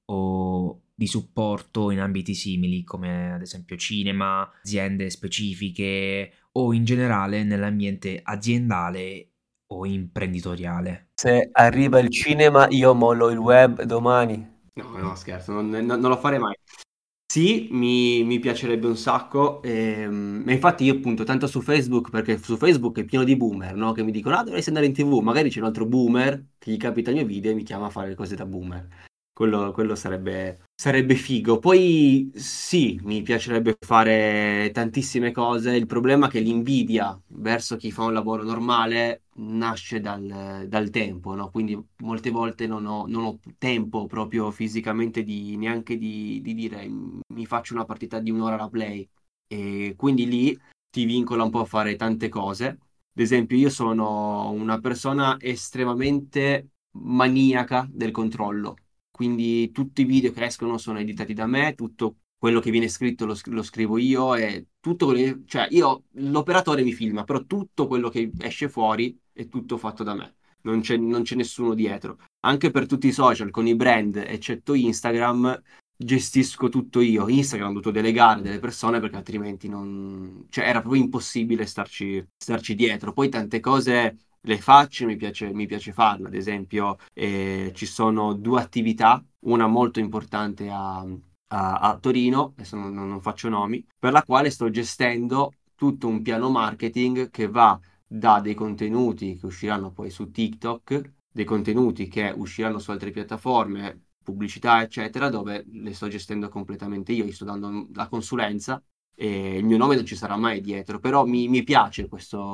o di supporto in ambiti simili, come ad esempio cinema, aziende specifiche o in generale nell'ambiente aziendale o imprenditoriale? Se arriva il cinema, io mollo il web domani. No, scherzo, non lo farei mai. Sì, mi piacerebbe un sacco, ma infatti io appunto tanto su Facebook, perché su Facebook è pieno di boomer, no? Che mi dicono, ah, dovresti andare in TV, magari c'è un altro boomer che gli capita il mio video e mi chiama a fare le cose da boomer. Quello sarebbe figo. Poi sì, mi piacerebbe fare tantissime cose, il problema è che l'invidia verso chi fa un lavoro normale nasce dal tempo, no? Quindi molte volte non ho tempo proprio fisicamente neanche di dire mi faccio una partita di un'ora alla play. E quindi lì ti vincola un po' a fare tante cose. Ad esempio, io sono una persona estremamente maniaca del controllo. Quindi tutti i video che escono sono editati da me, tutto quello che viene scritto lo scrivo io e tutto cioè io l'operatore mi filma, però tutto quello che esce fuori è tutto fatto da me. Non c'è nessuno dietro. Anche per tutti i social, con i brand, eccetto Instagram, gestisco tutto io. Instagram ho dovuto delegare delle persone perché altrimenti non... cioè era proprio impossibile starci dietro. Poi tante cose le faccio, mi piace farle. Ad esempio, ci sono due attività, una molto importante a Torino, adesso non faccio nomi, per la quale sto gestendo tutto un piano marketing che va da dei contenuti che usciranno poi su TikTok, dei contenuti che usciranno su altre piattaforme, pubblicità, eccetera, dove le sto gestendo completamente io, gli sto dando la consulenza e il mio nome non ci sarà mai dietro, però mi piace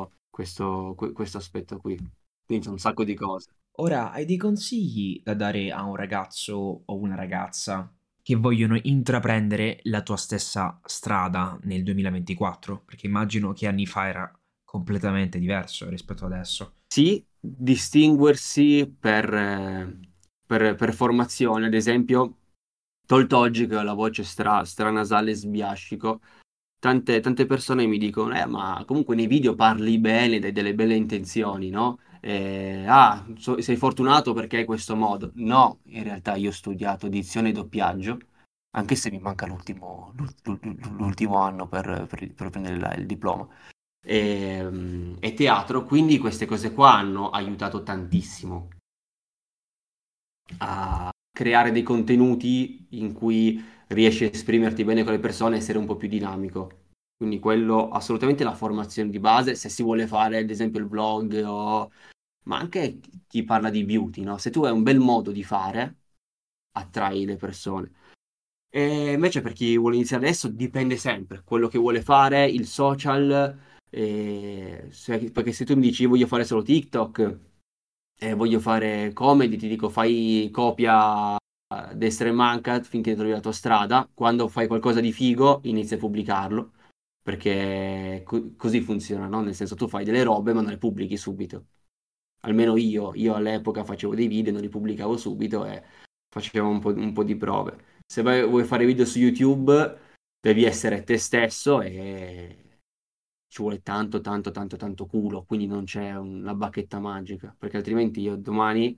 questo aspetto qui. Quindi c'è un sacco di cose. Ora, hai dei consigli da dare a un ragazzo o una ragazza che vogliono intraprendere la tua stessa strada nel 2024? Perché immagino che anni fa era completamente diverso rispetto adesso. Sì, distinguersi per formazione, ad esempio, tolto oggi che ho la voce stranasale e sbiascico, tante persone mi dicono, ma comunque nei video parli bene, dai delle belle intenzioni, no? Sei fortunato perché hai questo modo. No, in realtà io ho studiato dizione e doppiaggio, anche se mi manca l'ultimo anno per prendere il diploma e teatro, quindi queste cose qua hanno aiutato tantissimo a creare dei contenuti in cui riesci a esprimerti bene con le persone e essere un po' più dinamico. Quindi quello assolutamente la formazione di base, se si vuole fare ad esempio il vlog ma anche chi parla di beauty, no? Se tu hai un bel modo di fare, attrai le persone. E invece per chi vuole iniziare adesso dipende sempre quello che vuole fare, il social, perché se tu mi dici voglio fare solo TikTok e voglio fare comedy, ti dico fai copia destra e manca finché trovi la tua strada, quando fai qualcosa di figo inizi a pubblicarlo, perché così funziona, no? Nel senso tu fai delle robe ma non le pubblichi subito. Almeno io all'epoca facevo dei video, non li pubblicavo subito e facevo un po' di prove. Se vuoi fare video su YouTube, devi essere te stesso e ci vuole tanto, tanto, tanto, tanto culo. Quindi non c'è una bacchetta magica, perché altrimenti io domani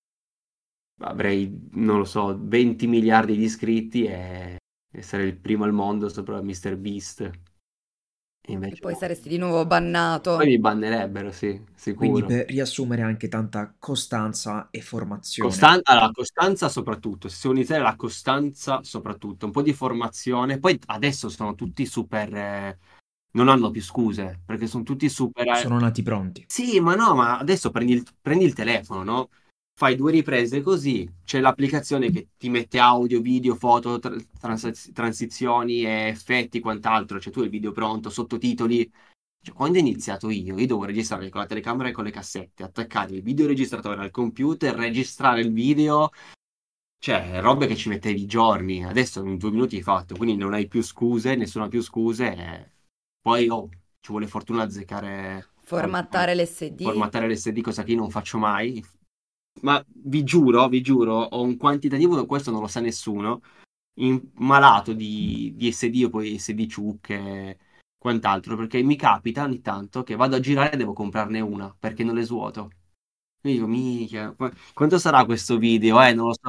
avrei, non lo so, 20 miliardi di iscritti e sarei il primo al mondo sopra Mr. Beast. E E invece poi no. saresti di nuovo Poi bannato. mi bannerebbero, sì, Quindi sicuro. per riassumere anche tanta costanza e formazione. La costanza soprattutto, se si vuole iniziare la costanza soprattutto, un po' di formazione, poi adesso sono tutti super, non hanno più scuse, perché sono tutti super... Sono nati pronti. Sì, ma no, ma adesso prendi il telefono, no? Fai due riprese così, c'è l'applicazione che ti mette audio, video, foto, transizioni, effetti, quant'altro, cioè tu hai il video pronto, sottotitoli. Cioè, quando ho iniziato io dovevo registrare con la telecamera e con le cassette, attaccare il videoregistratore al computer, registrare il video, cioè robe che ci mettevi giorni, adesso in 2 minuti hai fatto, quindi non hai più scuse, nessuno ha più scuse, poi ci vuole fortuna a azzeccare Formattare l'SD. formattare l'SD, cosa che io non faccio mai. Ma vi giuro, ho un quantitativo, questo non lo sa nessuno, malato di SD o poi SD ciucche e quant'altro, perché mi capita ogni tanto che vado a girare e devo comprarne una, perché non le svuoto. Io dico, minchia, quanto sarà questo video? Non lo so.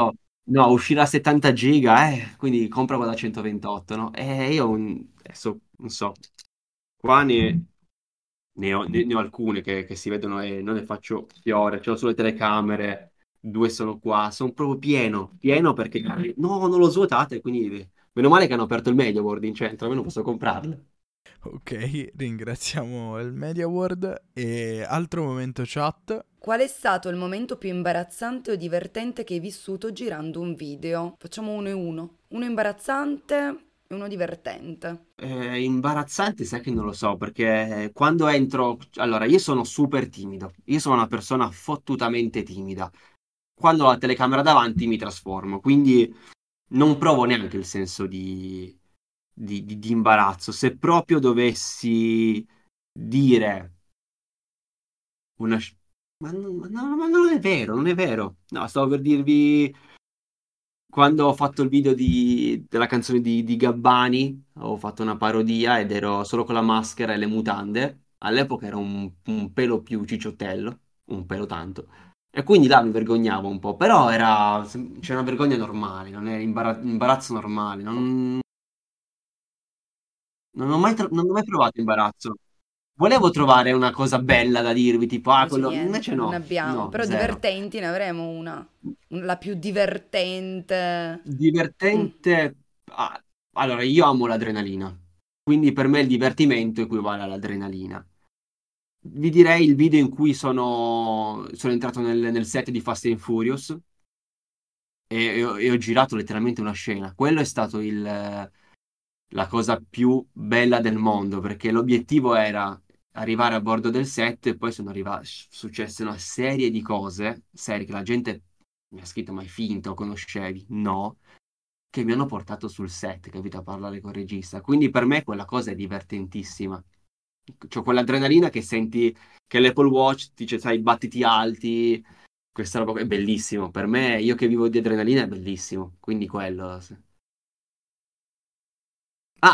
No, uscirà a 70 giga, quindi compra quella da 128, no? Adesso non so, qua ne ho alcune che si vedono e non ne faccio fiore, c'ho solo le telecamere, due sono qua, sono proprio pieno perché no, non l'ho svuotate, quindi meno male che hanno aperto il MediaWorld in centro, almeno posso comprarle. Ok, ringraziamo il MediaWorld e altro momento chat. Qual è stato il momento più imbarazzante o divertente che hai vissuto girando un video? Facciamo uno e uno. Uno imbarazzante e uno divertente. Imbarazzante, sai che non lo so, perché quando entro... Allora, io sono super timido, io sono una persona fottutamente timida. Quando ho la telecamera davanti mi trasformo, quindi non provo neanche il senso di imbarazzo. Se proprio dovessi dire una... ma non è vero, non è vero. No, stavo per dirvi quando ho fatto il video della canzone di Gabbani, ho fatto una parodia ed ero solo con la maschera e le mutande. All'epoca ero un pelo più cicciottello, un pelo tanto. E quindi là mi vergognavo un po', però c'è una vergogna normale, non è imbarazzo normale. Non ho mai provato imbarazzo. Volevo trovare una cosa bella da dirvi, tipo, Invece quello... niente, Invece non ne no, abbiamo. no, Però zero. divertenti ne avremo una. La più divertente. Mm. Divertente. ah, allora, io amo l'adrenalina, quindi per me il divertimento equivale all'adrenalina. Vi direi il video in cui sono entrato nel set di Fast and Furious e ho girato letteralmente una scena. Quello è stato la cosa più bella del mondo, perché l'obiettivo era arrivare a bordo del set e poi successe una serie di cose, serie che la gente mi ha scritto, ma hai finto, conoscevi? No, che mi hanno portato sul set, capito, a parlare col regista. Quindi per me quella cosa è divertentissima. C'ho quell'adrenalina che senti che l'Apple Watch ti dice, sai, battiti alti, questa roba qua è bellissimo. Per me, io che vivo di adrenalina, è bellissimo. Quindi quello. Sì. Ah,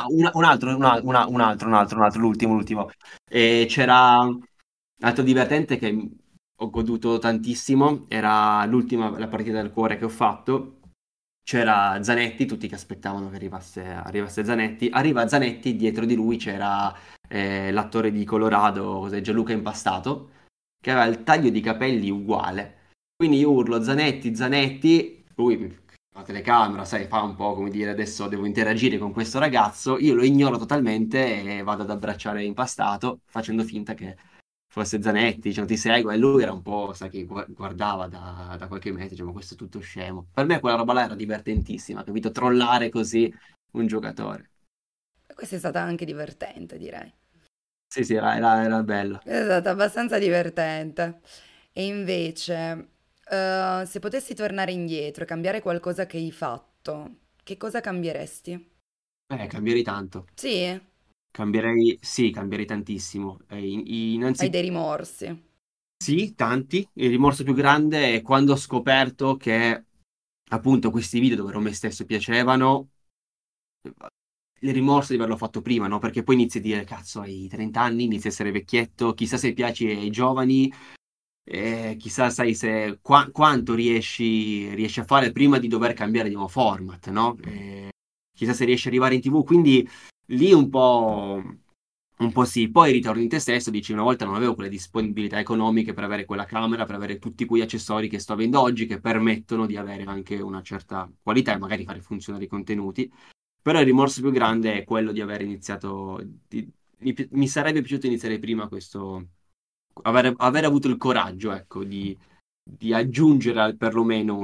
un altro, l'ultimo. C'era un altro divertente che ho goduto tantissimo, era la partita del cuore che ho fatto. C'era Zanetti, tutti che aspettavano che arrivasse Zanetti. Arriva Zanetti, dietro di lui c'era l'attore di Colorado, cos'è, Gianluca Impastato, che aveva il taglio di capelli uguale. Quindi io urlo Zanetti, Zanetti, lui la telecamera, sai, fa un po' come dire adesso devo interagire con questo ragazzo, io lo ignoro totalmente e vado ad abbracciare Impastato facendo finta che fosse Zanetti, cioè, ti seguo e lui era un po', sai, che guardava da qualche metro, diciamo, questo è tutto scemo. Per me quella roba là era divertentissima, capito? Trollare così un giocatore. Questa è stata anche divertente, direi. Sì, sì, era bello. È stata abbastanza divertente. E invece, se potessi tornare indietro e cambiare qualcosa che hai fatto, che cosa cambieresti? Cambierei tanto. Sì? Sì, cambierei tantissimo. Hai Innanzitutto dei rimorsi? sì, tanti. Il rimorso più grande è quando ho scoperto che appunto questi video dove ero me stesso piacevano, il rimorso di averlo fatto prima, no? Perché poi inizi a dire, cazzo, hai 30 anni, inizi a essere vecchietto, chissà se piaci ai giovani, chissà, sai, se quanto riesci a fare prima di dover cambiare di nuovo format, no? Chissà se riesci ad arrivare in TV, quindi lì un po' sì, poi ritorni in te stesso, dici una volta non avevo quelle disponibilità economiche per avere quella camera, per avere tutti quegli accessori che sto avendo oggi che permettono di avere anche una certa qualità e magari fare funzionare i contenuti. Però il rimorso più grande è quello di aver iniziato, mi sarebbe piaciuto iniziare prima questo, aver avuto il coraggio, ecco, di aggiungere perlomeno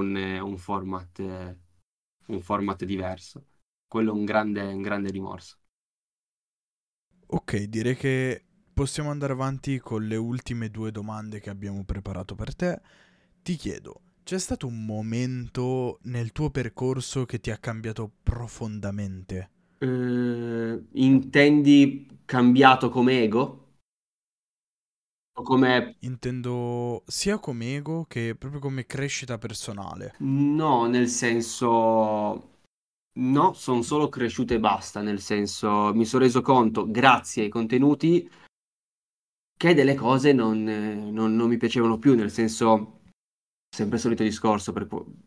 un format diverso. Quello è un grande rimorso. Ok, direi che possiamo andare avanti con le ultime due domande che abbiamo preparato per te. Ti chiedo, c'è stato un momento nel tuo percorso che ti ha cambiato profondamente? Intendi cambiato come ego? O come... Intendo sia come ego che proprio come crescita personale. No, nel senso... No, sono solo cresciuto e basta, nel senso mi sono reso conto, grazie ai contenuti, che delle cose non mi piacevano più, nel senso, sempre il solito discorso,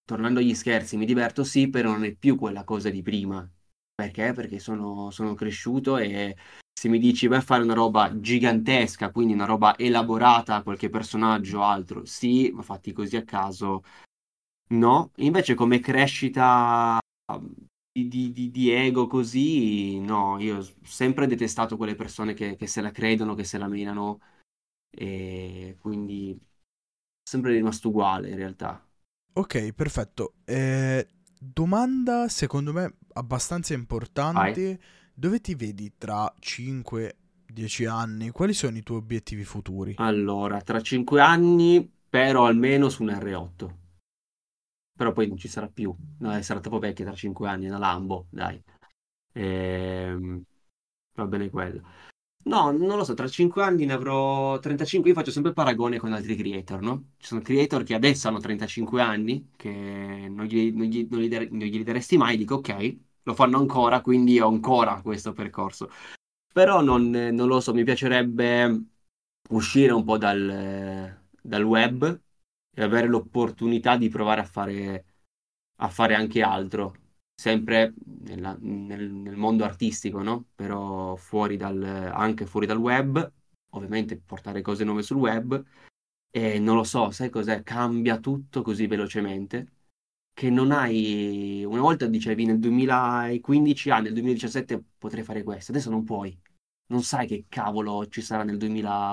tornando agli scherzi, mi diverto sì, però non è più quella cosa di prima. Perché? Perché sono cresciuto e se mi dici vai a fare una roba gigantesca, quindi una roba elaborata, qualche personaggio o altro, sì, ma fatti così a caso, no. Invece come crescita di ego così, no, io ho sempre detestato quelle persone che se la credono, che se la menano e quindi sempre rimasto uguale in realtà. Ok, perfetto. Domanda secondo me abbastanza Vai. importante. Dove ti vedi tra 5-10 anni? Quali sono i tuoi obiettivi futuri? Allora, tra 5 anni, però almeno su un R8. Però poi non ci sarà più. No, sarà troppo vecchia tra 5 anni, è una Lambo, dai. Ehm, Va bene quello. No, non lo so, tra 5 anni ne avrò 35. Io faccio sempre paragone con altri creator, no? Ci sono creator che adesso hanno 35 anni, che non glieli daresti mai, dico ok, lo fanno ancora, quindi ho ancora questo percorso. Però non lo so, mi piacerebbe uscire un po' dal web e avere l'opportunità di provare a fare anche altro, sempre nel mondo artistico, no? Però anche fuori dal web, ovviamente portare cose nuove sul web e non lo so, sai cos'è? Cambia tutto così velocemente che non hai. Una volta dicevi nel 2015, nel 2017 potrei fare questo, adesso non puoi. Non sai che cavolo ci sarà nel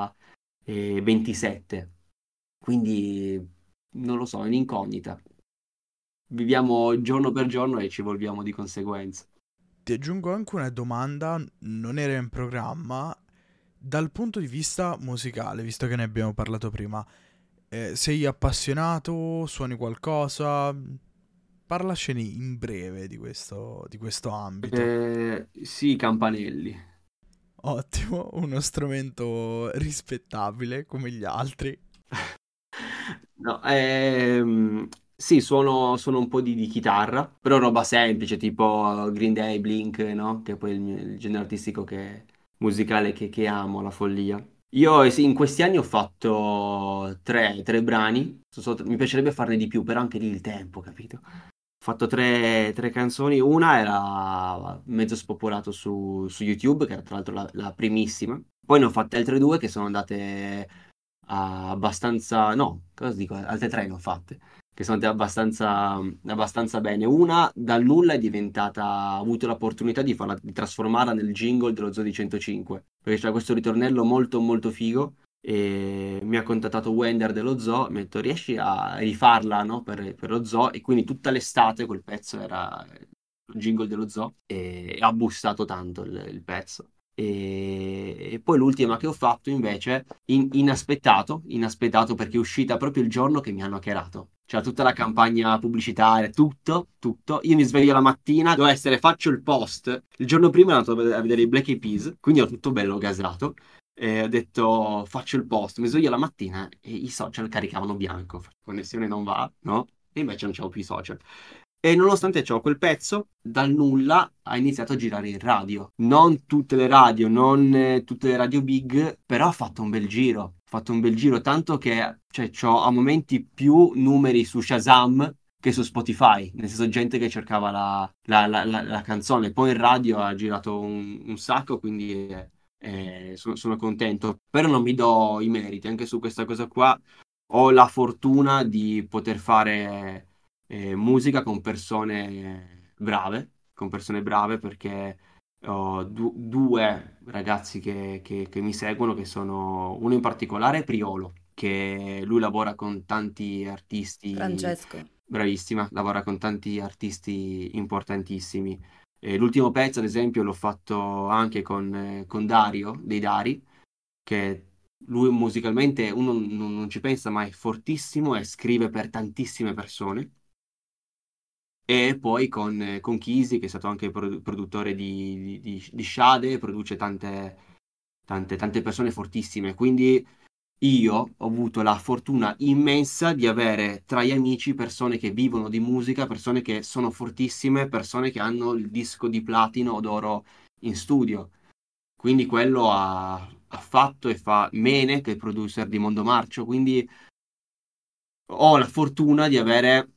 2027. Quindi non lo so, è un'incognita. Viviamo giorno per giorno e ci evolviamo di conseguenza. Ti aggiungo anche una domanda, non era in programma. Dal punto di vista musicale, visto che ne abbiamo parlato prima, sei appassionato? Suoni qualcosa? Parlacene in breve di questo ambito. Sì, i campanelli. Ottimo, uno strumento rispettabile come gli altri. No, sì, suono un po' di chitarra, però roba semplice, tipo Green Day, Blink, no? Che è poi il genere artistico musicale che amo, la follia. Io sì, in questi anni ho fatto tre brani, mi piacerebbe farne di più, però anche lì il tempo, capito? Ho fatto tre canzoni, una era mezzo spopolato su YouTube, che era tra l'altro la primissima. Poi ne ho fatte altre due che sono andate abbastanza, no, cosa dico? Altre tre ne ho fatte, che sono andate abbastanza bene. Una dal nulla è diventata, ho avuto l'opportunità di trasformarla nel jingle dello Zoo di 105, perché c'era questo ritornello molto molto figo e mi ha contattato Wender dello Zoo, mi ha detto riesci a rifarla, no, per lo Zoo e quindi tutta l'estate quel pezzo era il jingle dello Zoo e ha bussato tanto il pezzo. E poi l'ultima che ho fatto invece, inaspettato perché è uscita proprio il giorno che mi hanno hackerato. C'era tutta la campagna pubblicitaria, tutto, tutto. Io mi sveglio la mattina, devo essere, faccio il post. Il giorno prima ero andato a vedere i Black Eyed Peas, quindi ero tutto bello gasato. E ho detto, faccio il post. Mi sveglio la mattina e i social caricavano bianco. Connessione non va, no? E invece non c'avevo più i social. E nonostante ciò, quel pezzo dal nulla ha iniziato a girare in radio. Non tutte le radio, non tutte le radio big, però ha fatto un bel giro. Ha fatto un bel giro, tanto che cioè, c'ho a momenti più numeri su Shazam che su Spotify. Nel senso, gente che cercava la canzone. Poi in radio ha girato un sacco, quindi sono contento. Però non mi do i meriti. Anche su questa cosa qua ho la fortuna di poter fare musica con persone brave perché ho due ragazzi che mi seguono, che sono uno in particolare, Priolo, che lui lavora con tanti artisti, Francesco. bravissima, lavora con tanti artisti importantissimi. L'ultimo pezzo, ad esempio, l'ho fatto anche con Dario, dei Dari, che lui musicalmente uno non ci pensa, ma è fortissimo e scrive per tantissime persone. E poi con Kisi, che è stato anche produttore di Shade, produce tante persone fortissime. Quindi io ho avuto la fortuna immensa di avere tra gli amici persone che vivono di musica, persone che sono fortissime, persone che hanno il disco di platino o d'oro in studio. Quindi quello ha fatto e fa Mene, che è il producer di Mondo Marcio. Quindi ho la fortuna di avere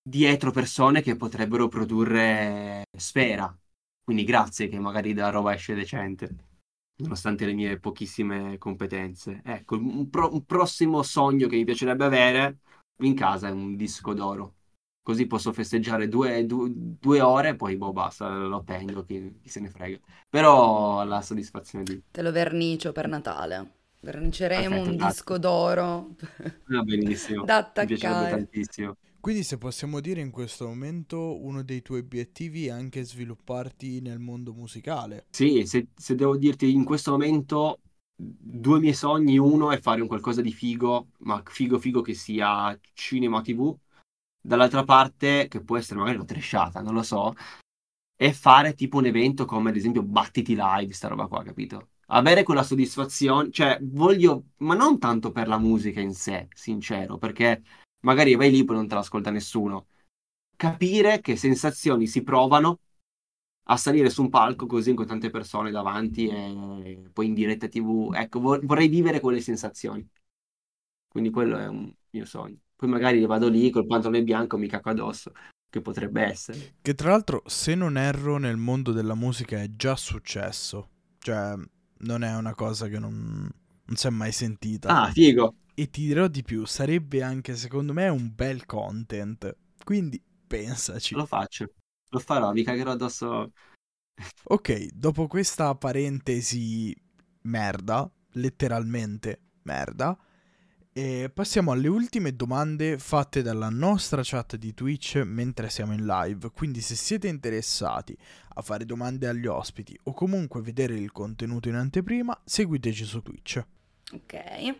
dietro persone che potrebbero produrre Sfera. Quindi grazie che magari da roba esce decente, nonostante le mie pochissime competenze. Ecco, un prossimo sogno che mi piacerebbe avere in casa è un disco d'oro. Così posso festeggiare 2 ore e poi boh, basta, lo pengo, chi se ne frega. Però la soddisfazione di... Te lo vernicio per Natale. Verniceremo Perfetto, un grazie. disco d'oro Va benissimo, da mi piacerebbe attaccare. tantissimo. Quindi se possiamo dire in questo momento uno dei tuoi obiettivi è anche svilupparti nel mondo musicale. Sì, se devo dirti in questo momento 2 miei sogni, uno è fare un qualcosa di figo, ma figo figo che sia cinema TV, dall'altra parte, che può essere magari una tresciata, non lo so, è fare tipo un evento come ad esempio Battiti Live, sta roba qua, capito? Avere quella soddisfazione, cioè voglio, ma non tanto per la musica in sé, sincero, perché magari vai lì e poi non te l'ascolta nessuno. Capire che sensazioni si provano a salire su un palco così con tante persone davanti e poi in diretta TV. Ecco, vorrei vivere quelle sensazioni. Quindi quello è un mio sogno. Poi magari vado lì col pantalone bianco, mi caco addosso, che potrebbe essere. Che tra l'altro, se non erro, nel mondo della musica è già successo. Cioè, non è una cosa che non si è mai sentita. Ah, figo! E ti dirò di più, sarebbe anche secondo me un bel content. Quindi pensaci. Lo faccio. Lo farò, mi cagherò addosso. Ok, dopo questa parentesi merda, letteralmente merda, passiamo alle ultime domande fatte dalla nostra chat di Twitch mentre siamo in live. Quindi se siete interessati a fare domande agli ospiti o comunque vedere il contenuto in anteprima, seguiteci su Twitch. Ok.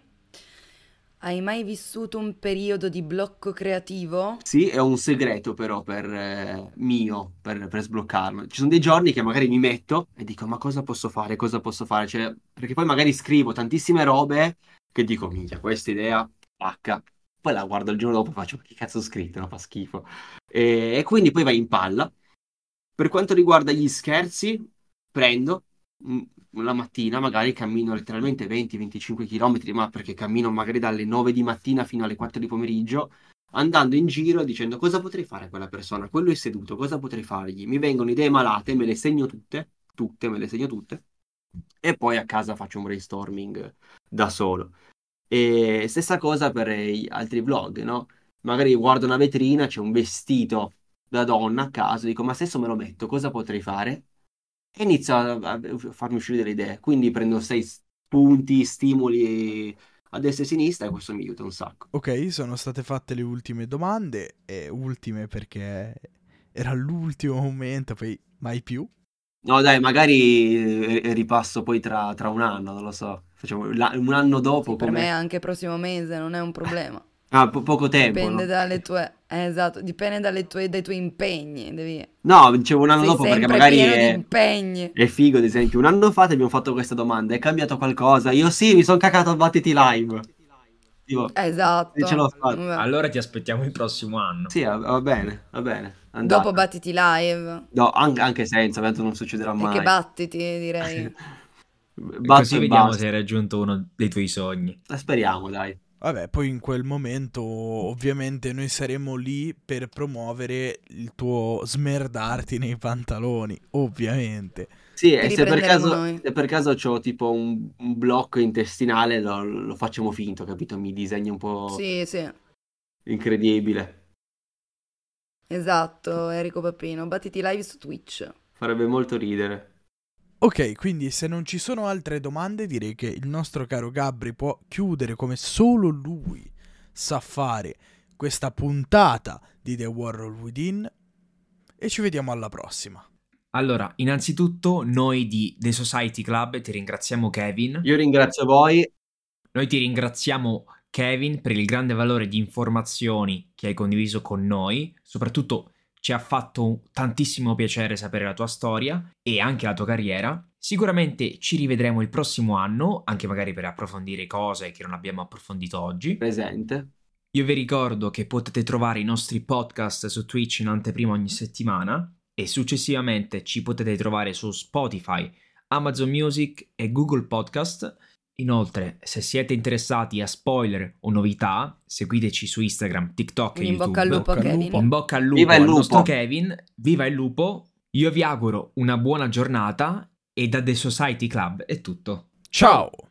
Hai mai vissuto un periodo di blocco creativo? Sì, è un segreto però mio, per sbloccarlo. Ci sono dei giorni che magari mi metto e dico, ma cosa posso fare? Cosa posso fare? Cioè, perché poi magari scrivo tantissime robe che dico, minchia, questa idea, pacca. Poi la guardo il giorno dopo e faccio, ma che cazzo ho scritto? No, fa schifo. E quindi poi vai in palla. Per quanto riguarda gli scherzi, prendo mm, la mattina, magari cammino letteralmente 20-25 km, ma perché cammino magari dalle 9 di mattina fino alle 4 di pomeriggio, andando in giro e dicendo cosa potrei fare a quella persona, quello è seduto, cosa potrei fargli? Mi vengono idee malate, me le segno tutte, me le segno tutte, e poi a casa faccio un brainstorming da solo. E stessa cosa per gli altri vlog, no? Magari guardo una vetrina, c'è un vestito da donna a caso, dico, ma stesso me lo metto, cosa potrei fare? E inizio a farmi uscire delle idee. Quindi prendo 6 spunti, stimoli a destra e a sinistra e questo mi aiuta un sacco. Ok, sono state fatte le ultime domande, e ultime perché era l'ultimo momento, poi mai più. No, dai, magari ripasso poi tra un anno, non lo so. Facciamo un anno dopo Sì, per me come... anche prossimo mese non è un problema. Ah, poco tempo, Dipende no? dalle tue... esatto, dipende dai tuoi impegni. No, dicevo un anno Sei dopo perché sempre magari pieno di impegni. è figo, ad esempio. Un anno fa ti abbiamo fatto questa domanda, è cambiato qualcosa? Io sì, mi sono cacato a Battiti Live. Tipo, Esatto. ce l'ho fatta. Vabbè. Allora ti aspettiamo il prossimo anno. Sì, va bene, va bene. Andata. Dopo battiti live. No, anche senza, tanto non succederà E mai. che battiti, direi. Batto Così e vediamo basta. se hai raggiunto uno dei tuoi sogni. Speriamo, dai. Vabbè, poi in quel momento ovviamente noi saremo lì per promuovere il tuo smerdarti nei pantaloni, ovviamente. Sì, Ti e se per riprenderemo caso, noi. se per caso c'ho tipo un blocco intestinale, lo facciamo finto, capito? Mi disegno un po' Sì, sì. incredibile. Esatto, Enrico Peppino. Battiti live su Twitch. Farebbe molto ridere. Ok, quindi se non ci sono altre domande direi che il nostro caro Gabri può chiudere come solo lui sa fare questa puntata di The Warhol Within e ci vediamo alla prossima. Allora, innanzitutto noi di The Society Club ti ringraziamo Kevin. Io ringrazio voi. Noi ti ringraziamo Kevin per il grande valore di informazioni che hai condiviso con noi, soprattutto ci ha fatto tantissimo piacere sapere la tua storia e anche la tua carriera. Sicuramente ci rivedremo il prossimo anno, anche magari per approfondire cose che non abbiamo approfondito oggi. Presente. Io vi ricordo che potete trovare i nostri podcast su Twitch in anteprima ogni settimana e successivamente ci potete trovare su Spotify, Amazon Music e Google Podcast. Inoltre, se siete interessati a spoiler o novità, seguiteci su Instagram, TikTok e In YouTube. bocca al lupo, Bocca al Kevin. lupo. In bocca al lupo Viva il al lupo! nostro Kevin, viva il lupo. Io vi auguro una buona giornata e da The Society Club è tutto. Ciao!